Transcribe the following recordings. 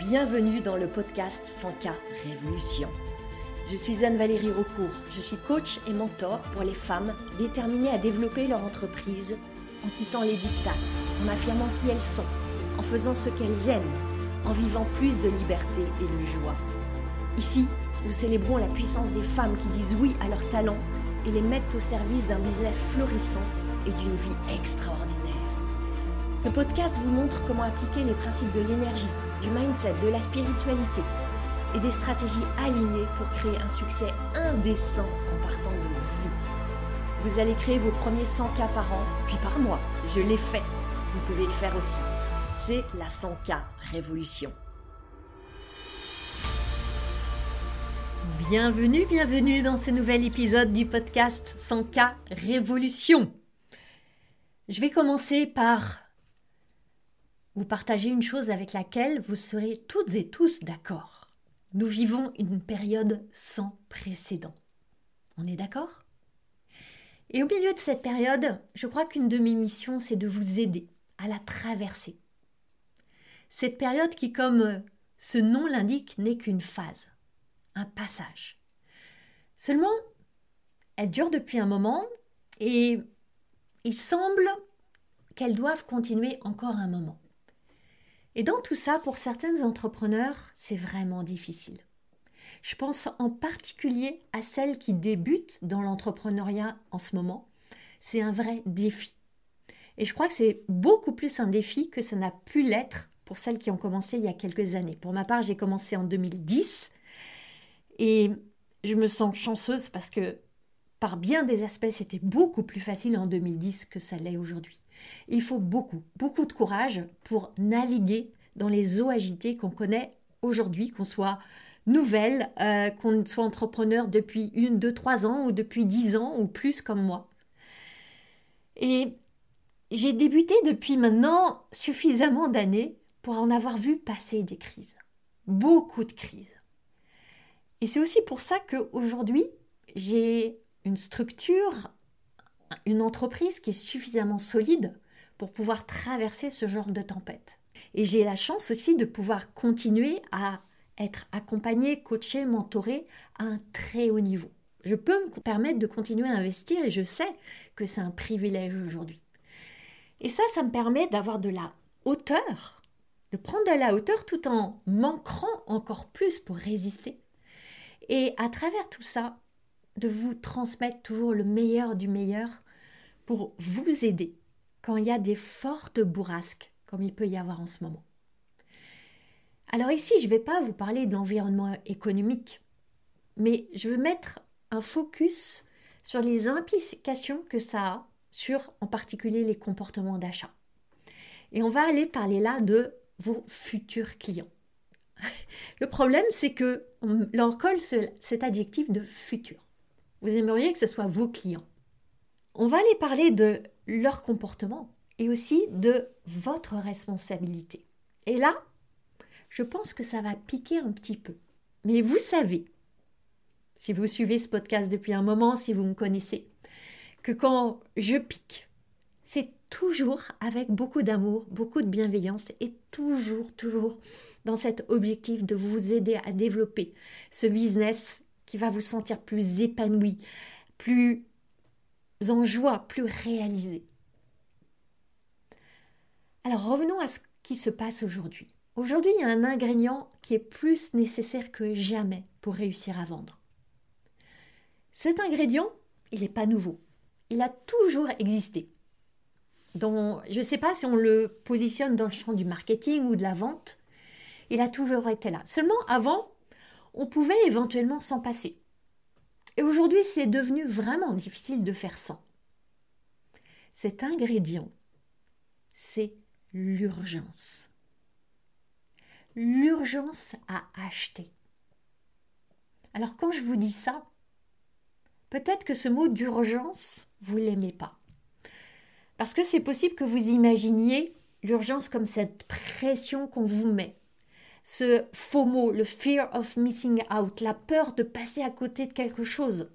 Bienvenue dans le podcast 100K Révolution. Je suis Anne-Valérie Raucourt, je suis coach et mentor pour les femmes déterminées à développer leur entreprise en quittant les diktats, en affirmant qui elles sont, en faisant ce qu'elles aiment, en vivant plus de liberté et de joie. Ici, nous célébrons la puissance des femmes qui disent oui à leurs talents et les mettent au service d'un business florissant et d'une vie extraordinaire. Ce podcast vous montre comment appliquer les principes de l'énergie, du mindset, de la spiritualité et des stratégies alignées pour créer un succès indécent en partant de vous. Vous allez créer vos premiers 100K par an, puis par mois. Je l'ai fait. Vous pouvez le faire aussi. C'est la 100K Révolution. Bienvenue dans ce nouvel épisode du podcast 100K Révolution. Je vais commencer par vous partager une chose avec laquelle vous serez toutes et tous d'accord. Nous vivons une période sans précédent. On est d'accord ? Et au milieu de cette période, je crois qu'une de mes missions, c'est de vous aider à la traverser. Cette période qui, comme ce nom l'indique, n'est qu'une phase, un passage. Seulement, elle dure depuis un moment et il semble qu'elles doivent continuer encore un moment. Et dans tout ça, pour certains entrepreneurs, c'est vraiment difficile. Je pense en particulier à celles qui débutent dans l'entrepreneuriat en ce moment. C'est un vrai défi. Et je crois que c'est beaucoup plus un défi que ça n'a pu l'être pour celles qui ont commencé il y a quelques années. Pour ma part, j'ai commencé en 2010 et je me sens chanceuse parce que par bien des aspects, c'était beaucoup plus facile en 2010 que ça l'est aujourd'hui. Il faut beaucoup de courage pour naviguer dans les eaux agitées qu'on connaît aujourd'hui, qu'on soit nouvelle, qu'on soit entrepreneur depuis 1, 2, 3 ans ou depuis 10 ans ou plus comme moi. Et j'ai débuté depuis maintenant suffisamment d'années pour en avoir vu passer des crises. Beaucoup de crises. Et c'est aussi pour ça qu'aujourd'hui, j'ai une structure, une entreprise qui est suffisamment solide pour pouvoir traverser ce genre de tempête. Et j'ai la chance aussi de pouvoir continuer à être accompagnée, coachée, mentorée à un très haut niveau. Je peux me permettre de continuer à investir et je sais que c'est un privilège aujourd'hui. Et ça me permet d'avoir de la hauteur, de prendre de la hauteur tout en m'ancrant encore plus pour résister. Et à travers tout ça, de vous transmettre toujours le meilleur du meilleur pour vous aider quand il y a des fortes bourrasques, comme il peut y avoir en ce moment. Alors ici, je ne vais pas vous parler de l'environnement économique, mais je veux mettre un focus sur les implications que ça a sur, en particulier, les comportements d'achat. Et on va aller parler là de vos futurs clients. Le problème, c'est qu'on leur colle cet adjectif de futur. Vous aimeriez que ce soit vos clients. On va aller parler de leur comportement et aussi de votre responsabilité. Et là, je pense que ça va piquer un petit peu. Mais vous savez, si vous suivez ce podcast depuis un moment, si vous me connaissez, que quand je pique, c'est toujours avec beaucoup d'amour, beaucoup de bienveillance et toujours dans cet objectif de vous aider à développer ce business qui va vous sentir plus épanoui, plus en joie, plus réalisé. Alors revenons à ce qui se passe aujourd'hui. Aujourd'hui, il y a un ingrédient qui est plus nécessaire que jamais pour réussir à vendre. Cet ingrédient, il n'est pas nouveau. Il a toujours existé. Je ne sais pas si on le positionne dans le champ du marketing ou de la vente, il a toujours été là. Seulement, avant, on pouvait éventuellement s'en passer. Et aujourd'hui, c'est devenu vraiment difficile de faire sans. Cet ingrédient, c'est l'urgence. L'urgence à acheter. Alors quand je vous dis ça, peut-être que ce mot d'urgence, vous ne l'aimez pas. Parce que c'est possible que vous imaginiez l'urgence comme cette pression qu'on vous met. Ce FOMO, le fear of missing out, la peur de passer à côté de quelque chose.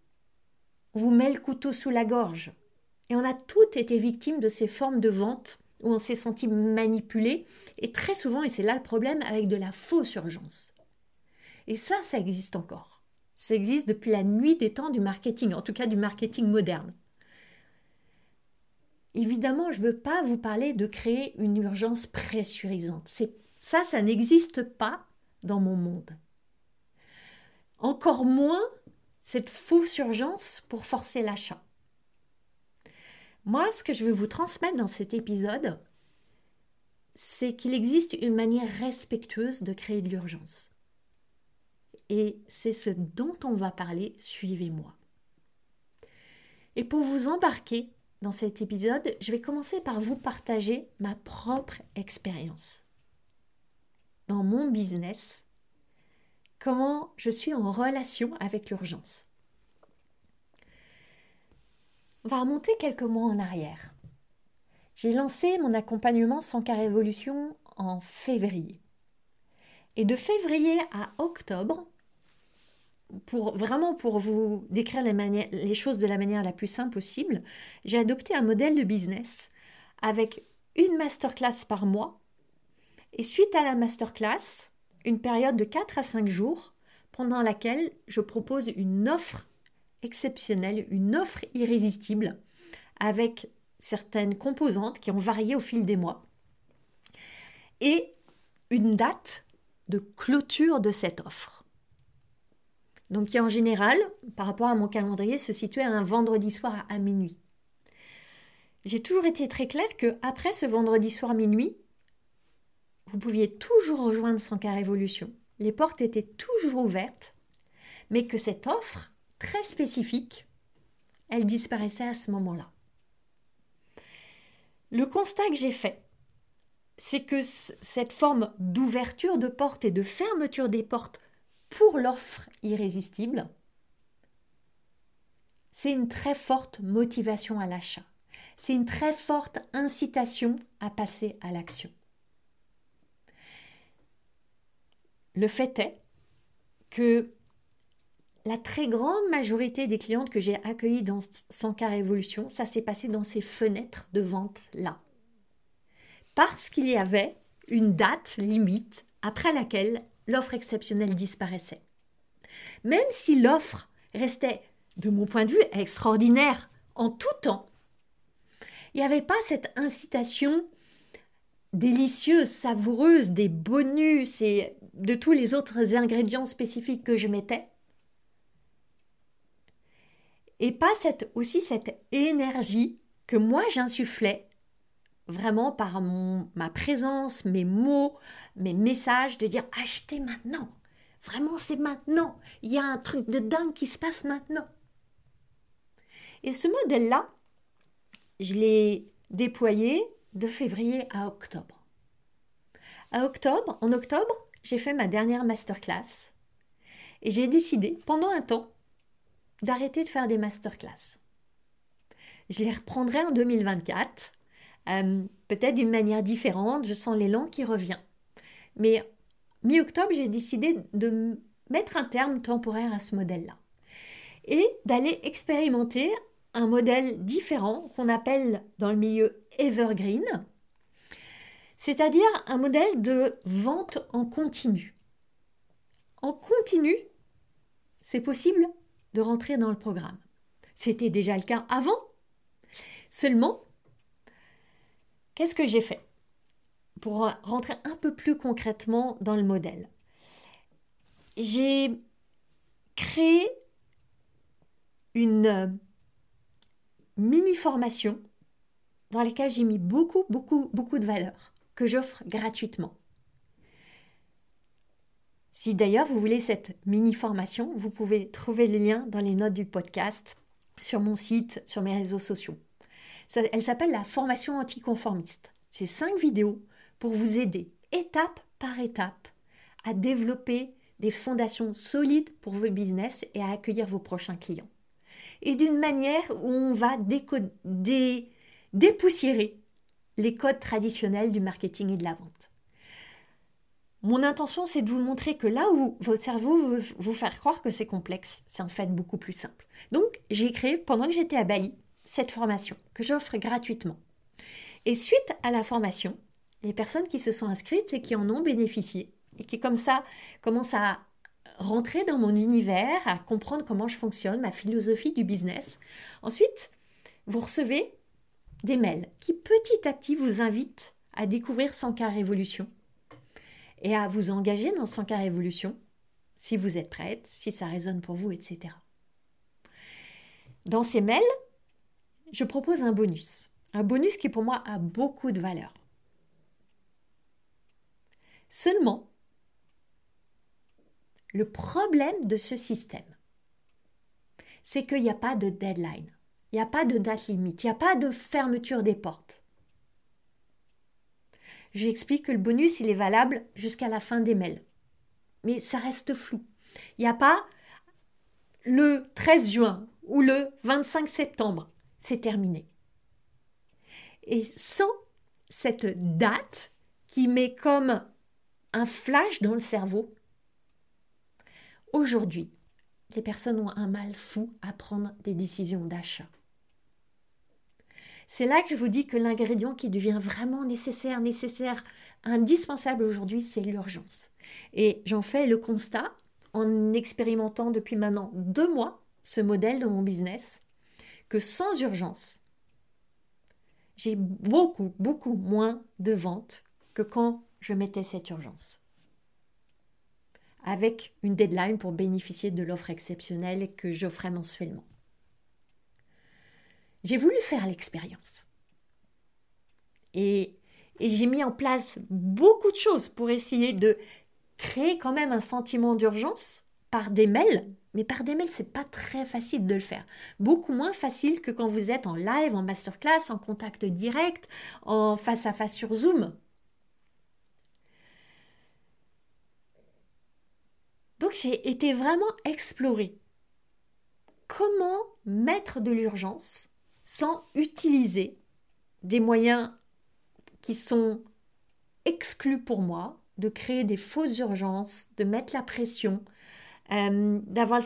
On vous met le couteau sous la gorge. Et on a toutes été victimes de ces formes de vente où on s'est senti manipulé, et très souvent, et c'est là le problème, avec de la fausse urgence. Et ça existe encore. Ça existe depuis la nuit des temps du marketing, en tout cas du marketing moderne. Évidemment, je ne veux pas vous parler de créer une urgence pressurisante. Ça n'existe pas dans mon monde. Encore moins cette fausse urgence pour forcer l'achat. Moi, ce que je veux vous transmettre dans cet épisode, c'est qu'il existe une manière respectueuse de créer de l'urgence. Et c'est ce dont on va parler, suivez-moi. Et pour vous embarquer dans cet épisode, je vais commencer par vous partager ma propre expérience. Dans mon business, comment je suis en relation avec l'urgence. On va remonter quelques mois en arrière. J'ai lancé mon accompagnement 100K Révolution en février. Et de février à octobre, pour vous décrire les choses de la manière la plus simple possible, j'ai adopté un modèle de business avec une masterclass par mois. Et suite à la masterclass, une période de 4 à 5 jours pendant laquelle je propose une offre exceptionnelle, une offre irrésistible avec certaines composantes qui ont varié au fil des mois et une date de clôture de cette offre. Donc qui en général, par rapport à mon calendrier, se situait à un vendredi soir à minuit. J'ai toujours été très claire qu'après ce vendredi soir à minuit, vous pouviez toujours rejoindre 100K Révolution. Les portes étaient toujours ouvertes, mais que cette offre très spécifique, elle disparaissait à ce moment-là. Le constat que j'ai fait, c'est que cette forme d'ouverture de portes et de fermeture des portes pour l'offre irrésistible, c'est une très forte motivation à l'achat. C'est une très forte incitation à passer à l'action. Le fait est que la très grande majorité des clientes que j'ai accueillies dans 100K Révolution, ça s'est passé dans ces fenêtres de vente-là. Parce qu'il y avait une date limite après laquelle l'offre exceptionnelle disparaissait. Même si l'offre restait, de mon point de vue, extraordinaire en tout temps, il n'y avait pas cette incitation délicieuse, savoureuse des bonus et de tous les autres ingrédients spécifiques que je mettais. Et pas aussi cette énergie que moi j'insufflais vraiment par ma présence, mes mots, mes messages, de dire achetez maintenant. Vraiment, c'est maintenant. Il y a un truc de dingue qui se passe maintenant. Et ce modèle-là, je l'ai déployé de février à octobre. En octobre, j'ai fait ma dernière masterclass et j'ai décidé, pendant un temps, d'arrêter de faire des masterclass. Je les reprendrai en 2024, peut-être d'une manière différente, je sens l'élan qui revient. Mais mi-octobre, j'ai décidé de mettre un terme temporaire à ce modèle-là et d'aller expérimenter un modèle différent qu'on appelle dans le milieu evergreen, c'est-à-dire un modèle de vente en continu. En continu, c'est possible de rentrer dans le programme. C'était déjà le cas avant. Seulement, qu'est-ce que j'ai fait pour rentrer un peu plus concrètement dans le modèle? J'ai créé une mini-formation dans laquelle j'ai mis beaucoup de valeur que j'offre gratuitement. Si d'ailleurs vous voulez cette mini-formation, vous pouvez trouver le lien dans les notes du podcast, sur mon site, sur mes réseaux sociaux. Elle s'appelle la formation anticonformiste. C'est 5 vidéos pour vous aider, étape par étape, à développer des fondations solides pour vos business et à accueillir vos prochains clients. Et d'une manière où on va dépoussiérer les codes traditionnels du marketing et de la vente. Mon intention, c'est de vous montrer que là où votre cerveau veut vous faire croire que c'est complexe, c'est en fait beaucoup plus simple. Donc, j'ai créé, pendant que j'étais à Bali, cette formation que j'offre gratuitement. Et suite à la formation, les personnes qui se sont inscrites et qui en ont bénéficié, et qui comme ça commencent à rentrer dans mon univers, à comprendre comment je fonctionne, ma philosophie du business. Ensuite, vous recevez des mails qui petit à petit vous invitent à découvrir 100K Révolution et à vous engager dans 100K Révolution si vous êtes prête, si ça résonne pour vous, etc. Dans ces mails, je propose un bonus qui pour moi a beaucoup de valeur. Seulement, le problème de ce système, c'est qu'il n'y a pas de deadline, il n'y a pas de date limite, il n'y a pas de fermeture des portes. J'explique que le bonus, il est valable jusqu'à la fin des mails. Mais ça reste flou. Il n'y a pas le 13 juin ou le 25 septembre. C'est terminé. Et sans cette date qui met comme un flash dans le cerveau, aujourd'hui, les personnes ont un mal fou à prendre des décisions d'achat. C'est là que je vous dis que l'ingrédient qui devient vraiment nécessaire, indispensable aujourd'hui, c'est l'urgence. Et j'en fais le constat en expérimentant depuis maintenant 2 mois ce modèle dans mon business, que sans urgence, j'ai beaucoup moins de ventes que quand je mettais cette urgence. Avec une deadline pour bénéficier de l'offre exceptionnelle que j'offrais mensuellement. J'ai voulu faire l'expérience. Et j'ai mis en place beaucoup de choses pour essayer de créer quand même un sentiment d'urgence par des mails. Mais par des mails, c'est pas très facile de le faire. Beaucoup moins facile que quand vous êtes en live, en masterclass, en contact direct, en face à face sur Zoom. Donc j'ai été vraiment explorer comment mettre de l'urgence sans utiliser des moyens qui sont exclus pour moi, de créer des fausses urgences, de mettre la pression, d'avoir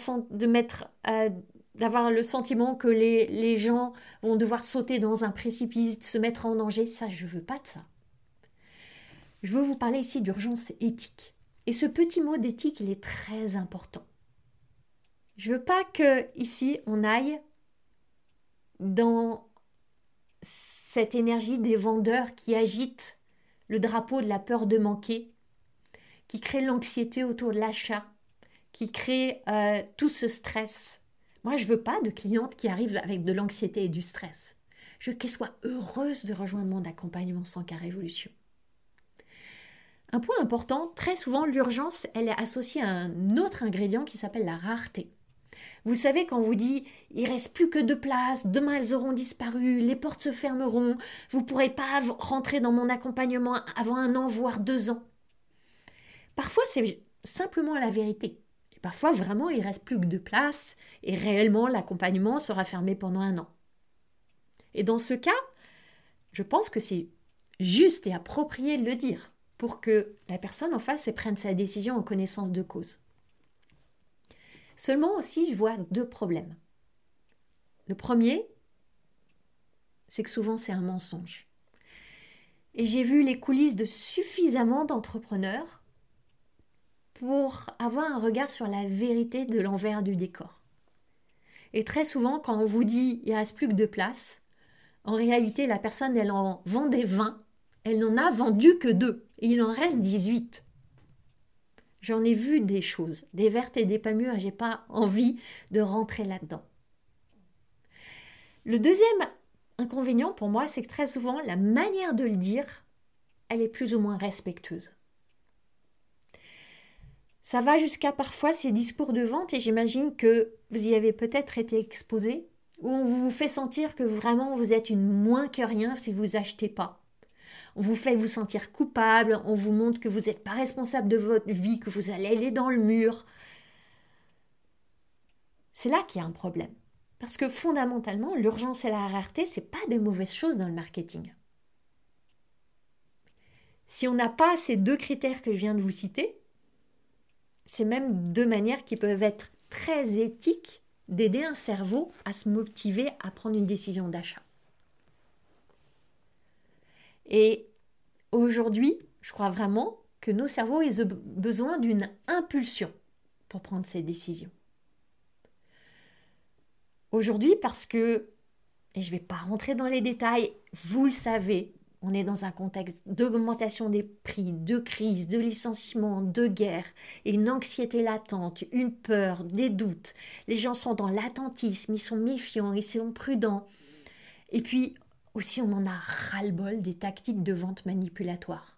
le sentiment que les gens vont devoir sauter dans un précipice, se mettre en danger. Ça, je ne veux pas de ça. Je veux vous parler ici d'urgence éthique. Et ce petit mot d'éthique, il est très important. Je ne veux pas que ici on aille dans cette énergie des vendeurs qui agitent le drapeau de la peur de manquer, qui crée l'anxiété autour de l'achat, qui crée tout ce stress. Moi, je ne veux pas de clientes qui arrivent avec de l'anxiété et du stress. Je veux qu'elles soient heureuses de rejoindre mon accompagnement 100K Révolution. Un point important, très souvent, l'urgence, elle est associée à un autre ingrédient qui s'appelle la rareté. Vous savez, quand on vous dit « il ne reste plus que 2 places, demain elles auront disparu, les portes se fermeront, vous ne pourrez pas rentrer dans mon accompagnement avant 1 an, voire 2 ans ». Parfois, c'est simplement la vérité. Et parfois, vraiment, il ne reste plus que 2 places et réellement, l'accompagnement sera fermé pendant 1 an. Et dans ce cas, je pense que c'est juste et approprié de le dire pour que la personne en face prenne sa décision en connaissance de cause. Seulement aussi, je vois 2 problèmes. Le premier, c'est que souvent c'est un mensonge. Et j'ai vu les coulisses de suffisamment d'entrepreneurs pour avoir un regard sur la vérité de l'envers du décor. Et très souvent, quand on vous dit « il ne reste plus que 2 places », en réalité, la personne, elle en vendait 20, elle n'en a vendu que 2, et il en reste 18. J'en ai vu des choses, des vertes et des pas mûres, et je n'ai pas envie de rentrer là-dedans. Le deuxième inconvénient pour moi, c'est que très souvent, la manière de le dire, elle est plus ou moins respectueuse. Ça va jusqu'à parfois ces discours de vente, et j'imagine que vous y avez peut-être été exposé, où on vous fait sentir que vraiment vous êtes une moins que rien si vous achetez pas. On vous fait vous sentir coupable, on vous montre que vous n'êtes pas responsable de votre vie, que vous allez aller dans le mur. C'est là qu'il y a un problème. Parce que fondamentalement, l'urgence et la rareté, ce n'est pas des mauvaises choses dans le marketing. Si on n'a pas ces 2 critères que je viens de vous citer, c'est même 2 manières qui peuvent être très éthiques d'aider un cerveau à se motiver à prendre une décision d'achat. Et aujourd'hui, je crois vraiment que nos cerveaux, ils ont besoin d'une impulsion pour prendre ces décisions. Aujourd'hui, parce que, et je ne vais pas rentrer dans les détails, vous le savez, on est dans un contexte d'augmentation des prix, de crise, de licenciement, de guerre, et une anxiété latente, une peur, des doutes. Les gens sont dans l'attentisme, ils sont méfiants, ils sont prudents. Et puis aussi, on en a ras-le-bol des tactiques de vente manipulatoires.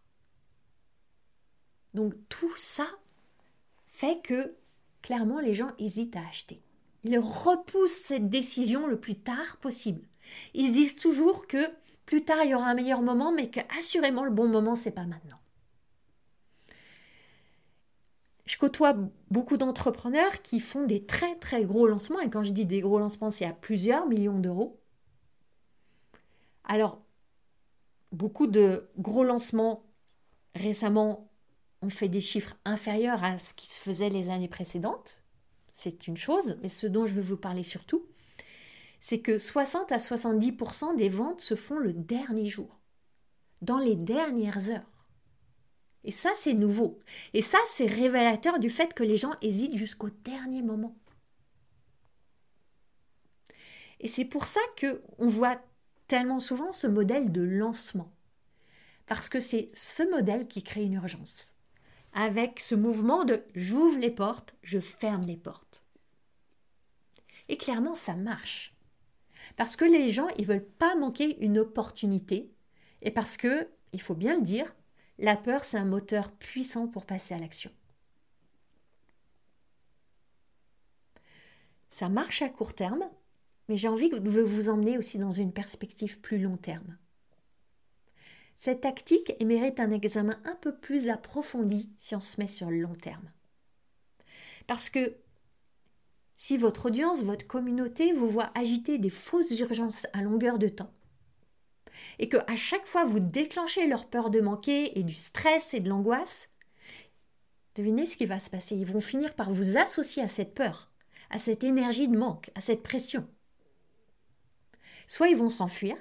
Donc tout ça fait que, clairement, les gens hésitent à acheter. Ils repoussent cette décision le plus tard possible. Ils se disent toujours que plus tard, il y aura un meilleur moment, mais que assurément, le bon moment, c'est pas maintenant. Je côtoie beaucoup d'entrepreneurs qui font des très très gros lancements, et quand je dis des gros lancements, c'est à plusieurs millions d'euros. Alors, beaucoup de gros lancements récemment ont fait des chiffres inférieurs à ce qui se faisait les années précédentes. C'est une chose, mais ce dont je veux vous parler surtout, c'est que 60 à 70% des ventes se font le dernier jour, dans les dernières heures. Et ça, c'est nouveau. Et ça, c'est révélateur du fait que les gens hésitent jusqu'au dernier moment. Et c'est pour ça qu'on voit tellement souvent ce modèle de lancement. Parce que c'est ce modèle qui crée une urgence. Avec ce mouvement de « j'ouvre les portes, je ferme les portes ». Et clairement, ça marche. Parce que les gens, ils ne veulent pas manquer une opportunité. Et parce que, il faut bien le dire, la peur, c'est un moteur puissant pour passer à l'action. Ça marche à court terme, mais j'ai envie de vous emmener aussi dans une perspective plus long terme. Cette tactique mérite un examen un peu plus approfondi si on se met sur le long terme. Parce que si votre audience, votre communauté vous voit agiter des fausses urgences à longueur de temps, et qu'à chaque fois vous déclenchez leur peur de manquer et du stress et de l'angoisse, devinez ce qui va se passer. Ils vont finir par vous associer à cette peur, à cette énergie de manque, à cette pression. Soit ils vont s'enfuir,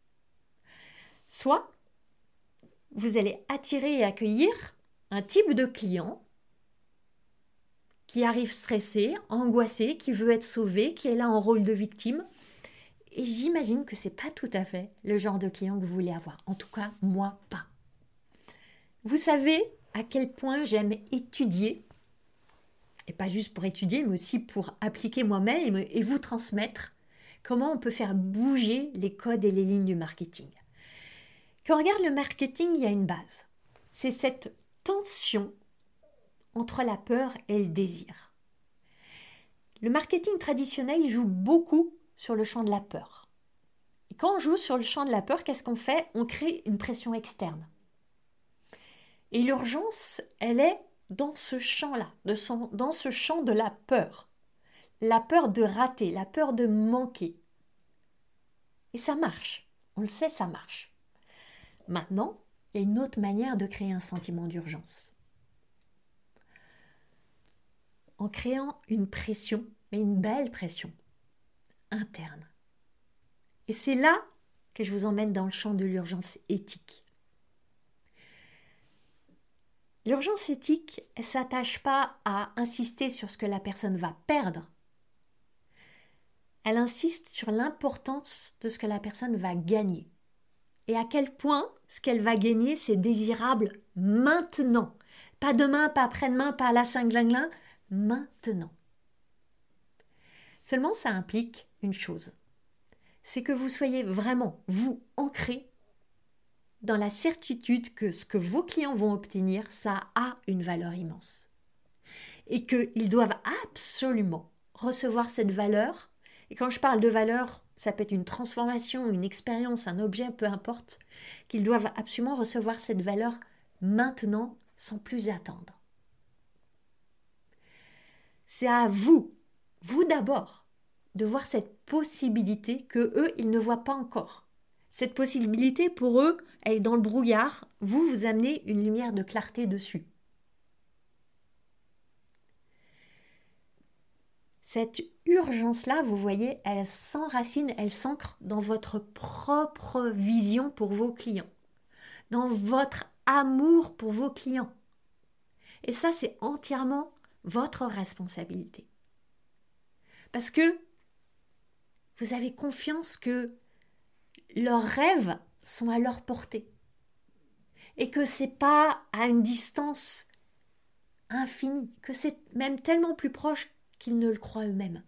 soit vous allez attirer et accueillir un type de client qui arrive stressé, angoissé, qui veut être sauvé, qui est là en rôle de victime. Et j'imagine que ce n'est pas tout à fait le genre de client que vous voulez avoir. En tout cas, moi, pas. Vous savez à quel point j'aime étudier, et pas juste pour étudier, mais aussi pour appliquer moi-même et vous transmettre comment on peut faire bouger les codes et les lignes du marketing. Quand on regarde le marketing, il y a une base. C'est cette tension entre la peur et le désir. Le marketing traditionnel, il joue beaucoup sur le champ de la peur. Et quand on joue sur le champ de la peur, qu'est-ce qu'on fait? On crée une pression externe. Et l'urgence, elle est dans ce champ-là, dans ce champ de la peur. La peur de rater, la peur de manquer. Et ça marche. On le sait, ça marche. Maintenant, il y a une autre manière de créer un sentiment d'urgence. En créant une pression, mais une belle pression, interne. Et c'est là que je vous emmène dans le champ de l'urgence éthique. L'urgence éthique, elle ne s'attache pas à insister sur ce que la personne va perdre. Elle insiste sur l'importance de ce que la personne va gagner. Et à quel point ce qu'elle va gagner, c'est désirable maintenant. Pas demain, pas après-demain, pas à la Saint-Glinglin, maintenant. Seulement, ça implique une chose. C'est que vous soyez vraiment, vous, ancré dans la certitude que ce que vos clients vont obtenir, ça a une valeur immense. Et qu'ils doivent absolument recevoir cette valeur. Et quand je parle de valeur, ça peut être une transformation, une expérience, un objet, peu importe, qu'ils doivent absolument recevoir cette valeur maintenant, sans plus attendre. C'est à vous d'abord, de voir cette possibilité que eux, ils ne voient pas encore. Cette possibilité, pour eux, elle est dans le brouillard. Vous amenez une lumière de clarté dessus. Cette urgence-là, vous voyez, elle s'enracine, elle s'ancre dans votre propre vision pour vos clients. dans votre amour pour vos clients. Et ça, c'est entièrement votre responsabilité. Parce que vous avez confiance que leurs rêves sont à leur portée. Et que ce n'est pas à une distance infinie, que c'est même tellement plus proche qu'ils ne le croient eux-mêmes.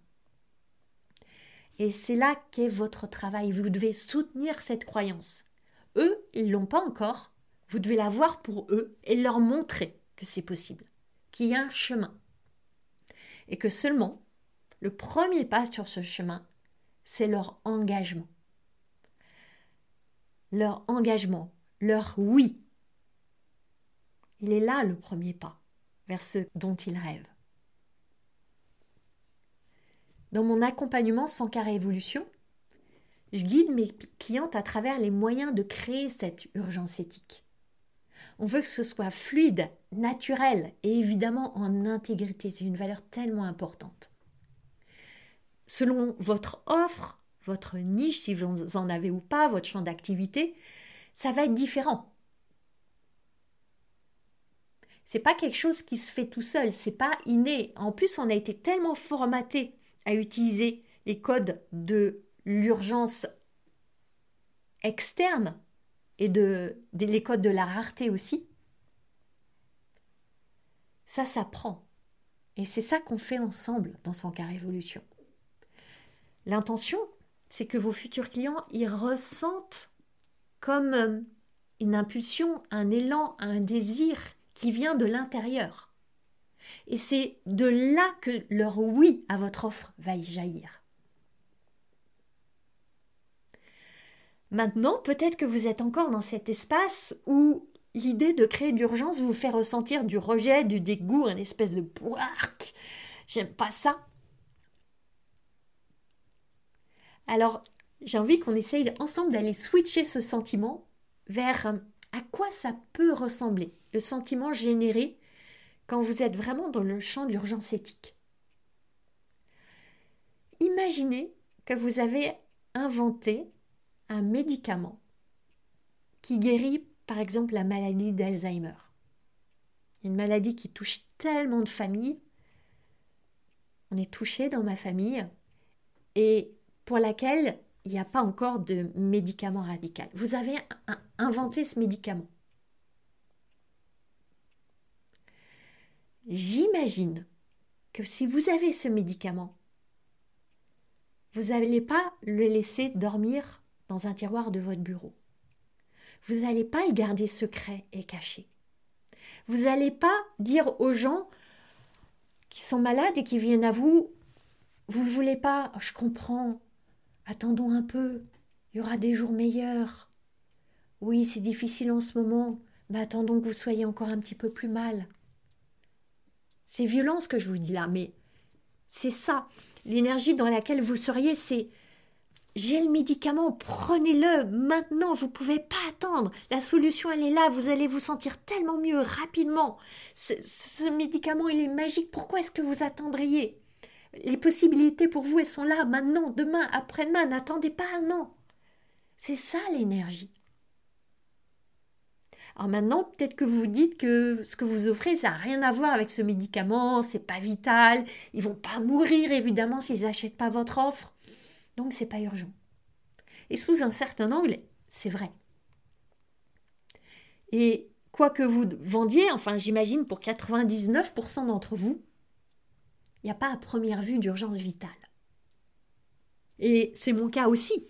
Et c'est là qu'est votre travail. Vous devez soutenir cette croyance. Eux, ils ne l'ont pas encore. Vous devez la voir pour eux et leur montrer que c'est possible, qu'il y a un chemin. Et que seulement, le premier pas sur ce chemin, c'est leur engagement. Leur engagement, leur oui. Il est là le premier pas vers ce dont ils rêvent. Dans mon accompagnement 100K Révolution, je guide mes clientes à travers les moyens de créer cette urgence éthique. On veut que ce soit fluide, naturel et évidemment en intégrité. C'est une valeur tellement importante. Selon votre offre, votre niche, si vous en avez ou pas, votre champ d'activité, ça va être différent. C'est pas quelque chose qui se fait tout seul, c'est pas inné. En plus, on a été tellement formaté à utiliser les codes de l'urgence externe et les codes de la rareté aussi. Ça s'apprend. Et c'est ça qu'on fait ensemble dans 100K Révolution. L'intention, c'est que vos futurs clients y ressentent comme une impulsion, un élan, un désir qui vient de l'intérieur. Et c'est de là que leur oui à votre offre va y jaillir. Maintenant, peut-être que vous êtes encore dans cet espace où l'idée de créer d'urgence vous fait ressentir du rejet, du dégoût, une espèce de pouarc. J'aime pas ça. Alors, j'ai envie qu'on essaye ensemble d'aller switcher ce sentiment vers à quoi ça peut ressembler, le sentiment généré quand vous êtes vraiment dans le champ d'urgence éthique. Imaginez que vous avez inventé un médicament qui guérit par exemple la maladie d'Alzheimer. Une maladie qui touche tellement de familles. On est touché dans ma famille et pour laquelle il n'y a pas encore de médicament radical. Vous avez inventé ce médicament. J'imagine que si vous avez ce médicament, vous n'allez pas le laisser dormir dans un tiroir de votre bureau. Vous n'allez pas le garder secret et caché. Vous n'allez pas dire aux gens qui sont malades et qui viennent à vous, vous ne voulez pas, je comprends, attendons un peu, il y aura des jours meilleurs. Oui, c'est difficile en ce moment, mais attendons que vous soyez encore un petit peu plus mal. C'est violent ce que je vous dis là, mais c'est ça. L'énergie dans laquelle vous seriez, c'est j'ai le médicament, prenez-le maintenant, vous ne pouvez pas attendre. La solution, elle est là, vous allez vous sentir tellement mieux rapidement. Ce médicament, il est magique, pourquoi est-ce que vous attendriez ? Les possibilités pour vous, elles sont là, maintenant, demain, après-demain, n'attendez pas un an. C'est ça l'énergie. Alors maintenant, peut-être que vous vous dites que ce que vous offrez, ça n'a rien à voir avec ce médicament, c'est pas vital, ils vont pas mourir évidemment s'ils n'achètent pas votre offre. Donc c'est pas urgent. Et sous un certain angle, c'est vrai. Et quoi que vous vendiez, enfin j'imagine pour 99% d'entre vous, il n'y a pas à première vue d'urgence vitale. Et c'est mon cas aussi.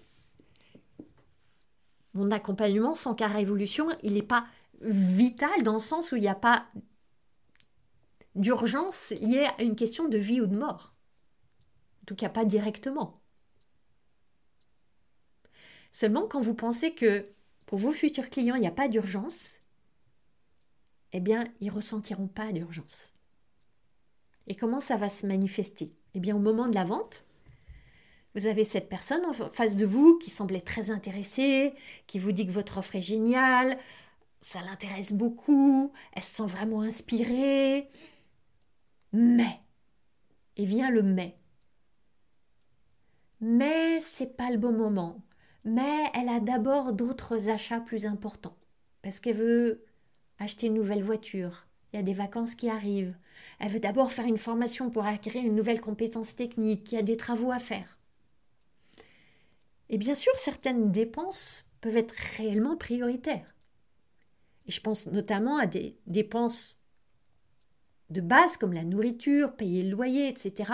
Mon accompagnement 100K Révolution, il n'est pas vital dans le sens où il n'y a pas d'urgence liée à une question de vie ou de mort. En tout cas, pas directement. Seulement, quand vous pensez que pour vos futurs clients, il n'y a pas d'urgence, eh bien, ils ne ressentiront pas d'urgence. Et comment ça va se manifester ? Eh bien, au moment de la vente, vous avez cette personne en face de vous qui semblait très intéressée, qui vous dit que votre offre est géniale, ça l'intéresse beaucoup, elle se sent vraiment inspirée. Mais, et vient le mais. Mais c'est pas le bon moment. Mais elle a d'abord d'autres achats plus importants. parce qu'elle veut acheter une nouvelle voiture. Il y a des vacances qui arrivent. Elle veut d'abord faire une formation pour acquérir une nouvelle compétence technique. Il y a des travaux à faire. Et bien sûr, certaines dépenses peuvent être réellement prioritaires. Et je pense notamment à des dépenses de base comme la nourriture, payer le loyer, etc.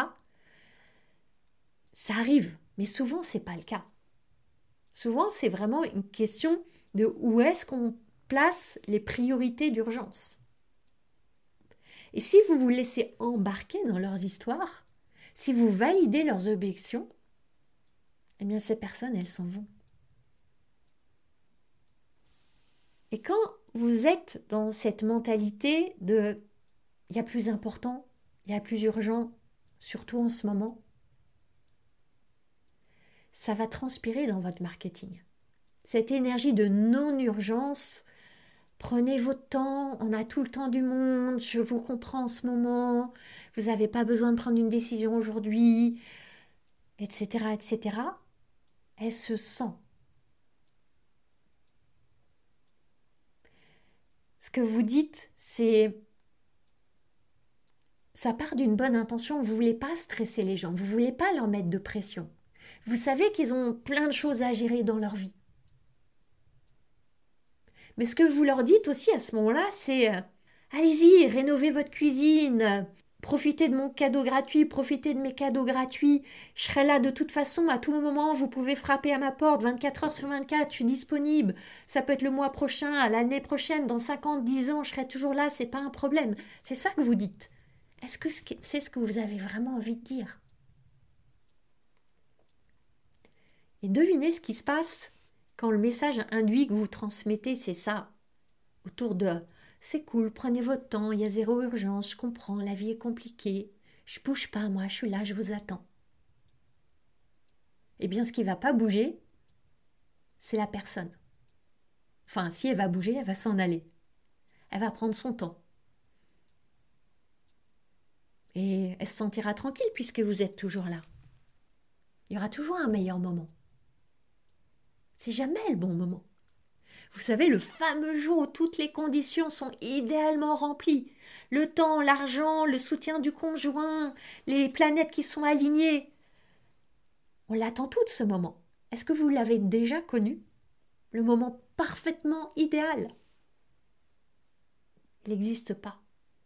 Ça arrive, mais souvent, ce n'est pas le cas. Souvent, c'est vraiment une question de où est-ce qu'on place les priorités d'urgence. Et si vous vous laissez embarquer dans leurs histoires, si vous validez leurs objections, eh bien ces personnes, elles s'en vont. Et quand vous êtes dans cette mentalité de « il y a plus important, il y a plus urgent, surtout en ce moment », ça va transpirer dans votre marketing. Cette énergie de non-urgence, prenez votre temps, on a tout le temps du monde, je vous comprends en ce moment, vous n'avez pas besoin de prendre une décision aujourd'hui, etc., etc., elle se sent. Ce que vous dites, ça part d'une bonne intention, vous ne voulez pas stresser les gens, vous ne voulez pas leur mettre de pression. Vous savez qu'ils ont plein de choses à gérer dans leur vie. Mais ce que vous leur dites aussi à ce moment-là, c'est allez-y, rénovez votre cuisine, profitez de mon cadeau gratuit, profitez de mes cadeaux gratuits, je serai là de toute façon, à tout moment, vous pouvez frapper à ma porte, 24 heures sur 24, je suis disponible, ça peut être le mois prochain, l'année prochaine, dans 50, 10 ans, je serai toujours là, c'est pas un problème. C'est ça que vous dites. Est-ce que c'est ce que vous avez vraiment envie de dire ? Et devinez ce qui se passe quand le message induit que vous transmettez, c'est ça. Autour de « c'est cool, prenez votre temps, il y a zéro urgence, je comprends, la vie est compliquée, je bouge pas, moi, je suis là, je vous attends. » Eh bien, ce qui ne va pas bouger, c'est la personne. Enfin, si elle va bouger, elle va s'en aller. Elle va prendre son temps. Et elle se sentira tranquille puisque vous êtes toujours là. Il y aura toujours un meilleur moment. C'est jamais le bon moment. Vous savez, le fameux jour où toutes les conditions sont idéalement remplies. Le temps, l'argent, le soutien du conjoint, les planètes qui sont alignées. On l'attend tout de ce moment. Est-ce que vous l'avez déjà connu ? Le moment parfaitement idéal. Il n'existe pas.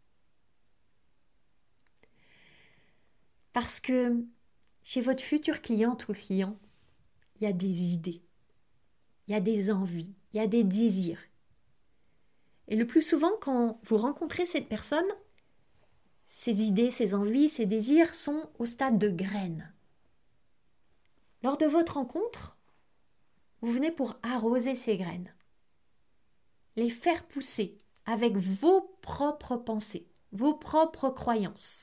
Parce que chez votre futur cliente ou client, il y a des idées. Il y a des envies, il y a des désirs. Et le plus souvent, quand vous rencontrez cette personne, ces idées, ces envies, ces désirs sont au stade de graines. Lors de votre rencontre, vous venez pour arroser ces graines, les faire pousser avec vos propres pensées, vos propres croyances.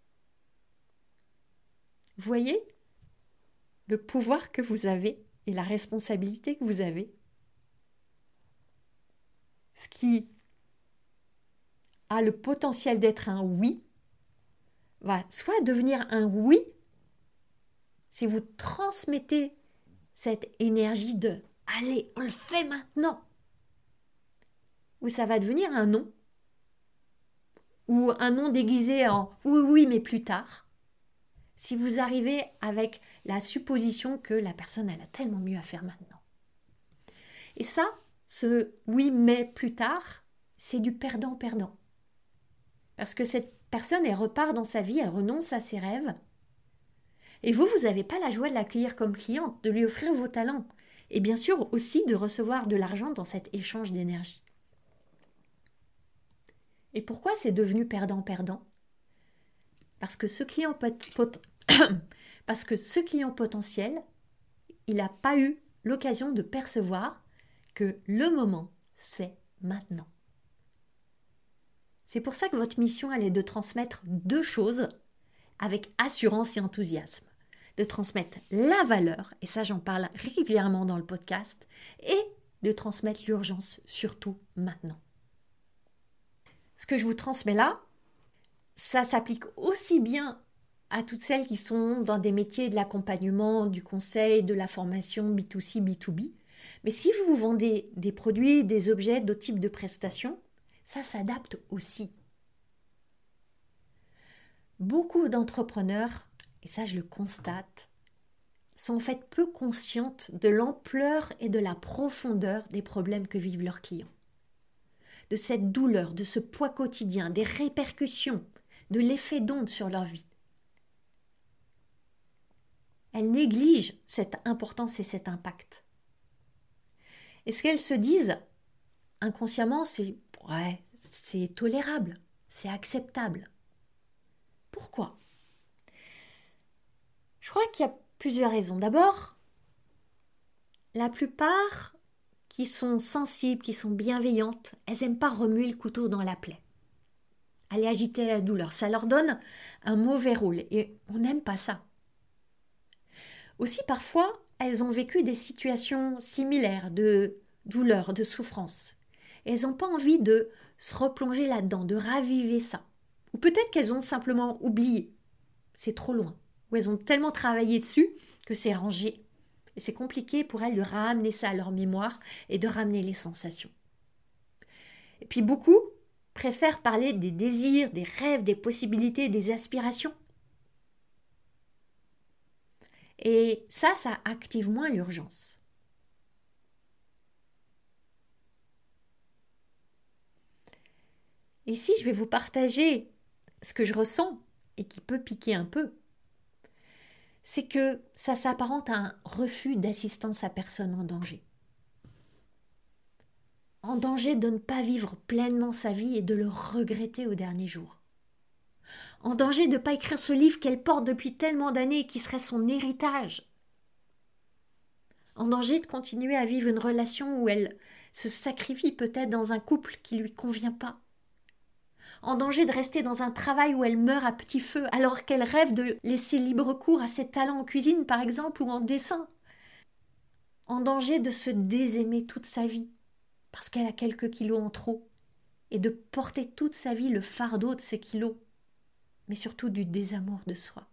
Vous voyez le pouvoir que vous avez et la responsabilité que vous avez. Ce qui a le potentiel d'être un oui va soit devenir un oui si vous transmettez cette énergie de « allez, on le fait maintenant » ou ça va devenir un non ou un non déguisé en « oui, oui, mais plus tard » si vous arrivez avec la supposition que la personne elle a tellement mieux à faire maintenant. Et ça, ce « oui, mais plus tard », c'est du perdant-perdant. Parce que cette personne, elle repart dans sa vie, elle renonce à ses rêves. Et vous n'avez pas la joie de l'accueillir comme cliente, de lui offrir vos talents. Et bien sûr aussi de recevoir de l'argent dans cet échange d'énergie. Et pourquoi c'est devenu perdant-perdant ? Parce que ce client potentiel, il n'a pas eu l'occasion de percevoir que le moment, c'est maintenant. C'est pour ça que votre mission, elle est de transmettre deux choses avec assurance et enthousiasme. De transmettre la valeur, et ça j'en parle régulièrement dans le podcast, et de transmettre l'urgence, surtout maintenant. Ce que je vous transmets là, ça s'applique aussi bien à toutes celles qui sont dans des métiers de l'accompagnement, du conseil, de la formation B2C, B2B, Mais si vous vendez des produits, des objets, d'autres types de prestations, ça s'adapte aussi. Beaucoup d'entrepreneurs, et ça je le constate, sont en fait peu conscientes de l'ampleur et de la profondeur des problèmes que vivent leurs clients. De cette douleur, de ce poids quotidien, des répercussions, de l'effet d'onde sur leur vie. Elles négligent cette importance et cet impact. Et ce qu'elles se disent inconsciemment, c'est tolérable, c'est acceptable. Pourquoi ? Je crois qu'il y a plusieurs raisons. D'abord, la plupart qui sont sensibles, qui sont bienveillantes, elles n'aiment pas remuer le couteau dans la plaie. Aller agiter la douleur, ça leur donne un mauvais rôle et on n'aime pas ça. Aussi, parfois, elles ont vécu des situations similaires de douleur, de souffrance. Et elles n'ont pas envie de se replonger là-dedans, de raviver ça. Ou peut-être qu'elles ont simplement oublié. C'est trop loin. Ou elles ont tellement travaillé dessus que c'est rangé. Et c'est compliqué pour elles de ramener ça à leur mémoire et de ramener les sensations. Et puis beaucoup préfèrent parler des désirs, des rêves, des possibilités, des aspirations. Et ça active moins l'urgence. Et si je vais vous partager ce que je ressens et qui peut piquer un peu, c'est que ça s'apparente à un refus d'assistance à personne en danger. En danger de ne pas vivre pleinement sa vie et de le regretter au dernier jour. En danger de ne pas écrire ce livre qu'elle porte depuis tellement d'années et qui serait son héritage. En danger de continuer à vivre une relation où elle se sacrifie peut-être dans un couple qui ne lui convient pas. En danger de rester dans un travail où elle meurt à petit feu alors qu'elle rêve de laisser libre cours à ses talents en cuisine par exemple ou en dessin. En danger de se désaimer toute sa vie parce qu'elle a quelques kilos en trop et de porter toute sa vie le fardeau de ces kilos, mais surtout du désamour de soi.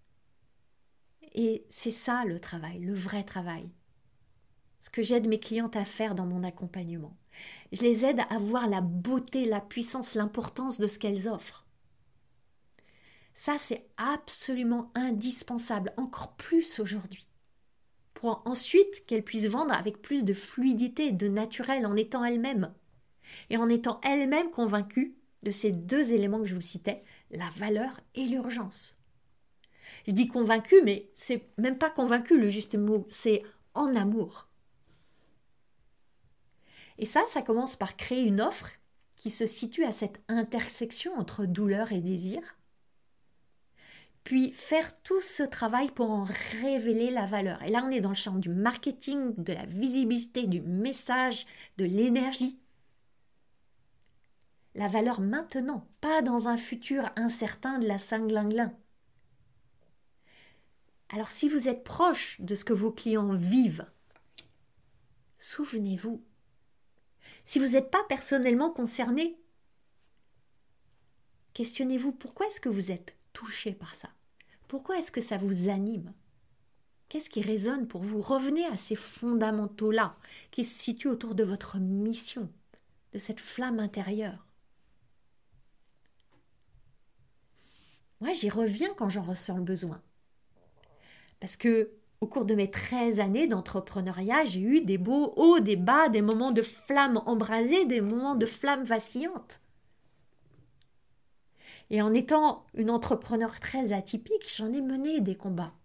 Et c'est ça le travail, le vrai travail. Ce que j'aide mes clientes à faire dans mon accompagnement. Je les aide à voir la beauté, la puissance, l'importance de ce qu'elles offrent. Ça, c'est absolument indispensable, encore plus aujourd'hui, pour ensuite qu'elles puissent vendre avec plus de fluidité, de naturel, en étant elles-mêmes. Et en étant elles-mêmes convaincues de ces deux éléments que je vous citais, la valeur et l'urgence. Je dis convaincue, mais c'est même pas convaincue le juste mot, c'est en amour. Et ça commence par créer une offre qui se situe à cette intersection entre douleur et désir. Puis faire tout ce travail pour en révéler la valeur. Et là, on est dans le champ du marketing, de la visibilité, du message, de l'énergie. La valeur maintenant, pas dans un futur incertain de la cinglinglin. Alors si vous êtes proche de ce que vos clients vivent, souvenez-vous. Si vous n'êtes pas personnellement concerné, questionnez-vous pourquoi est-ce que vous êtes touché par ça ? Pourquoi est-ce que ça vous anime ? Qu'est-ce qui résonne pour vous ? Revenez à ces fondamentaux-là qui se situent autour de votre mission, de cette flamme intérieure. Moi, j'y reviens quand j'en ressens le besoin. Parce que au cours de mes 13 années d'entrepreneuriat, j'ai eu des beaux hauts, des bas, des moments de flammes embrasées, des moments de flammes vacillantes. Et en étant une entrepreneur très atypique, j'en ai mené des combats.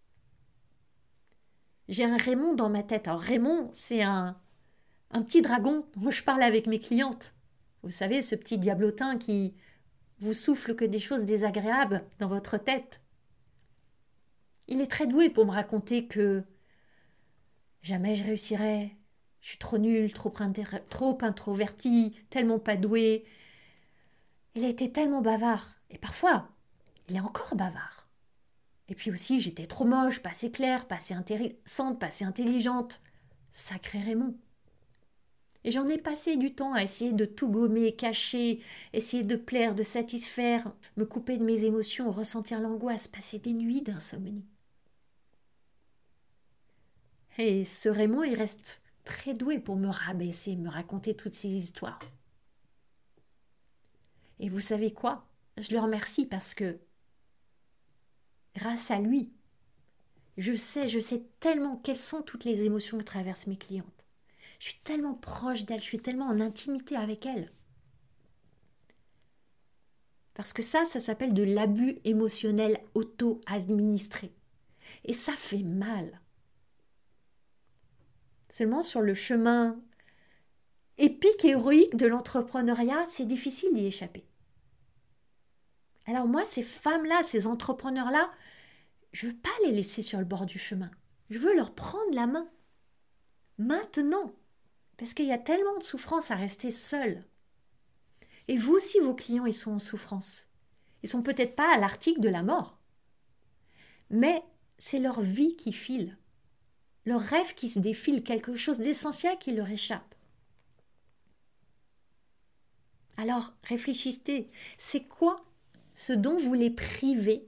J'ai un Raymond dans ma tête. Alors Raymond, c'est un petit dragon dont je parle avec mes clientes. Vous savez, ce petit diablotin qui vous souffle que des choses désagréables dans votre tête. Il est très doué pour me raconter que jamais je réussirai, je suis trop nulle, trop introvertie, tellement pas douée. Il a été tellement bavard, et parfois, il est encore bavard. Et puis aussi, j'étais trop moche, pas assez claire, pas assez intéressante, pas assez intelligente. Sacré Raymond. Et j'en ai passé du temps à essayer de tout gommer, cacher, essayer de plaire, de satisfaire, me couper de mes émotions, ressentir l'angoisse, passer des nuits d'insomnie. Et ce Raymond, il reste très doué pour me rabaisser, me raconter toutes ces histoires. Et vous savez quoi? Je le remercie parce que grâce à lui, je sais tellement quelles sont toutes les émotions que traversent mes clientes. Je suis tellement proche d'elles, je suis tellement en intimité avec elles. Parce que ça s'appelle de l'abus émotionnel auto-administré. Et ça fait mal. Seulement sur le chemin épique et héroïque de l'entrepreneuriat, c'est difficile d'y échapper. Alors moi, ces femmes-là, ces entrepreneurs-là, je ne veux pas les laisser sur le bord du chemin. Je veux leur prendre la main. Maintenant. Parce qu'il y a tellement de souffrance à rester seul. Et vous aussi, vos clients, ils sont en souffrance. Ils sont peut-être pas à l'article de la mort. Mais c'est leur vie qui file. Leur rêve qui se défile, quelque chose d'essentiel qui leur échappe. Alors, réfléchissez. C'est quoi ce dont vous les privez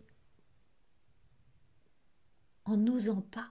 en n'osant pas?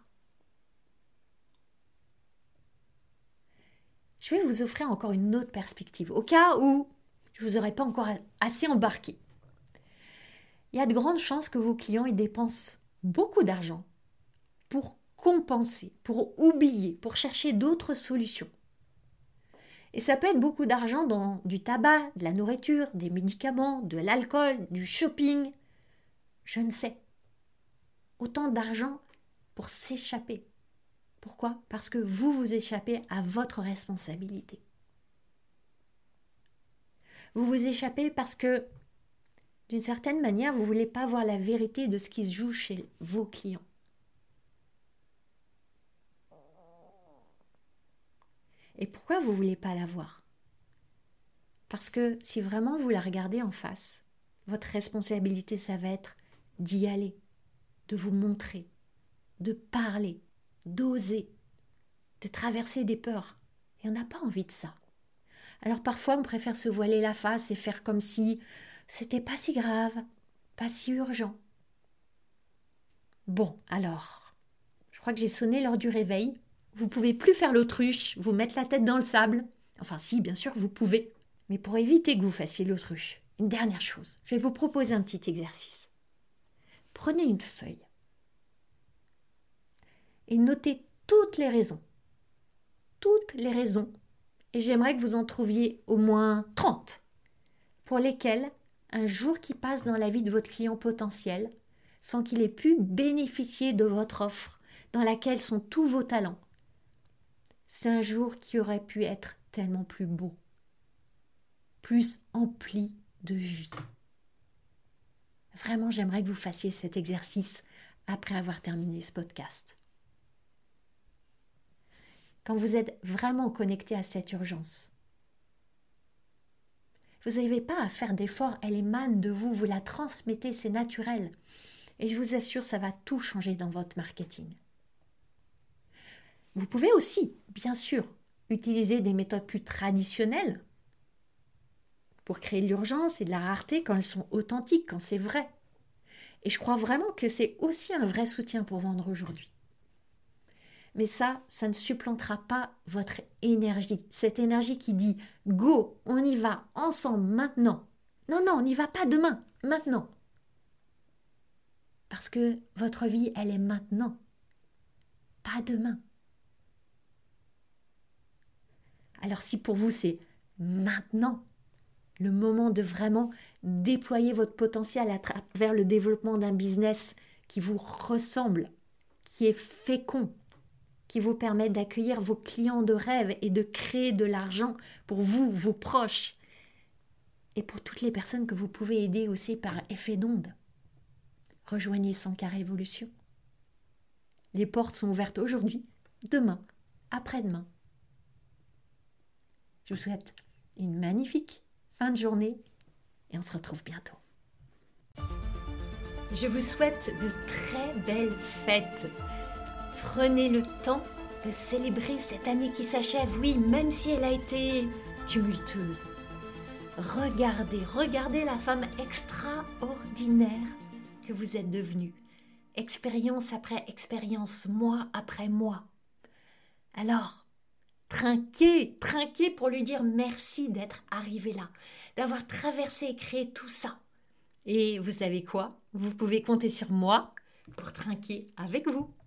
Je vais vous offrir encore une autre perspective, au cas où je ne vous aurais pas encore assez embarqué. Il y a de grandes chances que vos clients y dépensent beaucoup d'argent pour compenser, pour oublier, pour chercher d'autres solutions. Et ça peut être beaucoup d'argent dans du tabac, de la nourriture, des médicaments, de l'alcool, du shopping. Je ne sais. Autant d'argent pour s'échapper. Pourquoi? Parce que vous échappez à votre responsabilité. Vous vous échappez parce que, d'une certaine manière, vous ne voulez pas voir la vérité de ce qui se joue chez vos clients. Et pourquoi vous ne voulez pas la voir? Parce que si vraiment vous la regardez en face, votre responsabilité, ça va être d'y aller, de vous montrer, de parler, d'oser, de traverser des peurs. Et on n'a pas envie de ça. Alors parfois, on préfère se voiler la face et faire comme si c'était pas si grave, pas si urgent. Bon, alors, je crois que j'ai sonné l'heure du réveil. Vous pouvez plus faire l'autruche, vous mettre la tête dans le sable. Enfin si, bien sûr, vous pouvez. Mais pour éviter que vous fassiez l'autruche, une dernière chose, je vais vous proposer un petit exercice. Prenez une feuille et notez toutes les raisons, et j'aimerais que vous en trouviez au moins 30, pour lesquelles un jour qui passe dans la vie de votre client potentiel, sans qu'il ait pu bénéficier de votre offre, dans laquelle sont tous vos talents, c'est un jour qui aurait pu être tellement plus beau, plus empli de vie. Vraiment, j'aimerais que vous fassiez cet exercice après avoir terminé ce podcast. Quand vous êtes vraiment connecté à cette urgence, vous n'avez pas à faire d'efforts, elle émane de vous, vous la transmettez, c'est naturel. Et je vous assure, ça va tout changer dans votre marketing. Vous pouvez aussi, bien sûr, utiliser des méthodes plus traditionnelles pour créer de l'urgence et de la rareté quand elles sont authentiques, quand c'est vrai. Et je crois vraiment que c'est aussi un vrai soutien pour vendre aujourd'hui. Mais ça ne supplantera pas votre énergie. Cette énergie qui dit « Go, on y va, ensemble, maintenant ». Non, on n'y va pas demain, maintenant. Parce que votre vie, elle est maintenant, pas demain. Alors si pour vous, c'est maintenant, le moment de vraiment déployer votre potentiel à travers le développement d'un business qui vous ressemble, qui est fécond, qui vous permet d'accueillir vos clients de rêve et de créer de l'argent pour vous, vos proches, et pour toutes les personnes que vous pouvez aider aussi par effet d'onde. Rejoignez 100K Révolution. Les portes sont ouvertes aujourd'hui, demain, après-demain. Je vous souhaite une magnifique fin de journée et on se retrouve bientôt. Je vous souhaite de très belles fêtes. Prenez le temps de célébrer cette année qui s'achève, oui, même si elle a été tumultueuse. Regardez la femme extraordinaire que vous êtes devenue, expérience après expérience, mois après mois. Alors, trinquer pour lui dire merci d'être arrivé là, d'avoir traversé et créé tout ça. Et vous savez quoi? Vous pouvez compter sur moi pour trinquer avec vous.